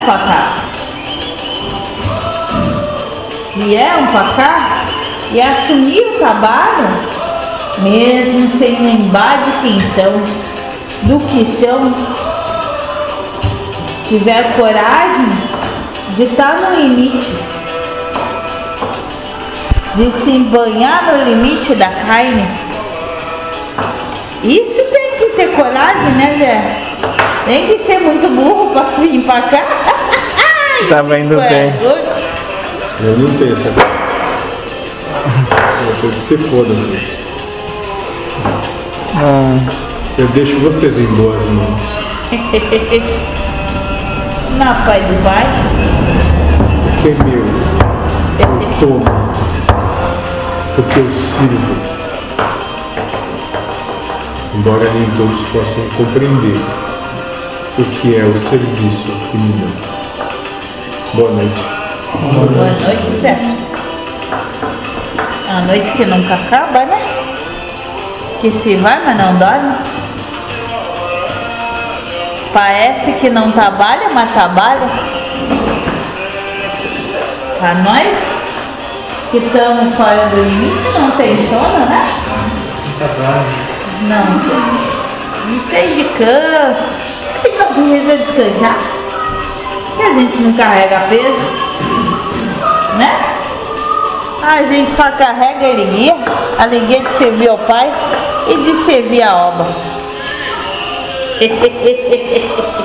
pra cá. Vieram pra cá e assumir o trabalho, mesmo sem lembrar de quem são, do que são, tiver coragem de estar no limite, de se banhar no limite da carne. Isso tem que ter coragem, né, Zé? Tem que ser muito burro para vir pra cá. Tá vendo bem. Eu não tenho essa coisa. Vocês que se fodam. Eu deixo vocês em boas mãos. Na pai do pai. Porque é meu. Eu tomo. Porque eu sirvo. Embora nem todos possam compreender o que é o serviço que me dá. Boa noite. Boa noite, Zé. A noite que nunca acaba, né? Que se vai, mas não dorme. Parece que não trabalha, mas trabalha. Pra nós que estamos fora do limite, não tem sono, né? Não tem descanso. Tem que precisa descansar. Que a gente não carrega peso, né? A gente só carrega a alegria de servir ao Pai e de servir a obra.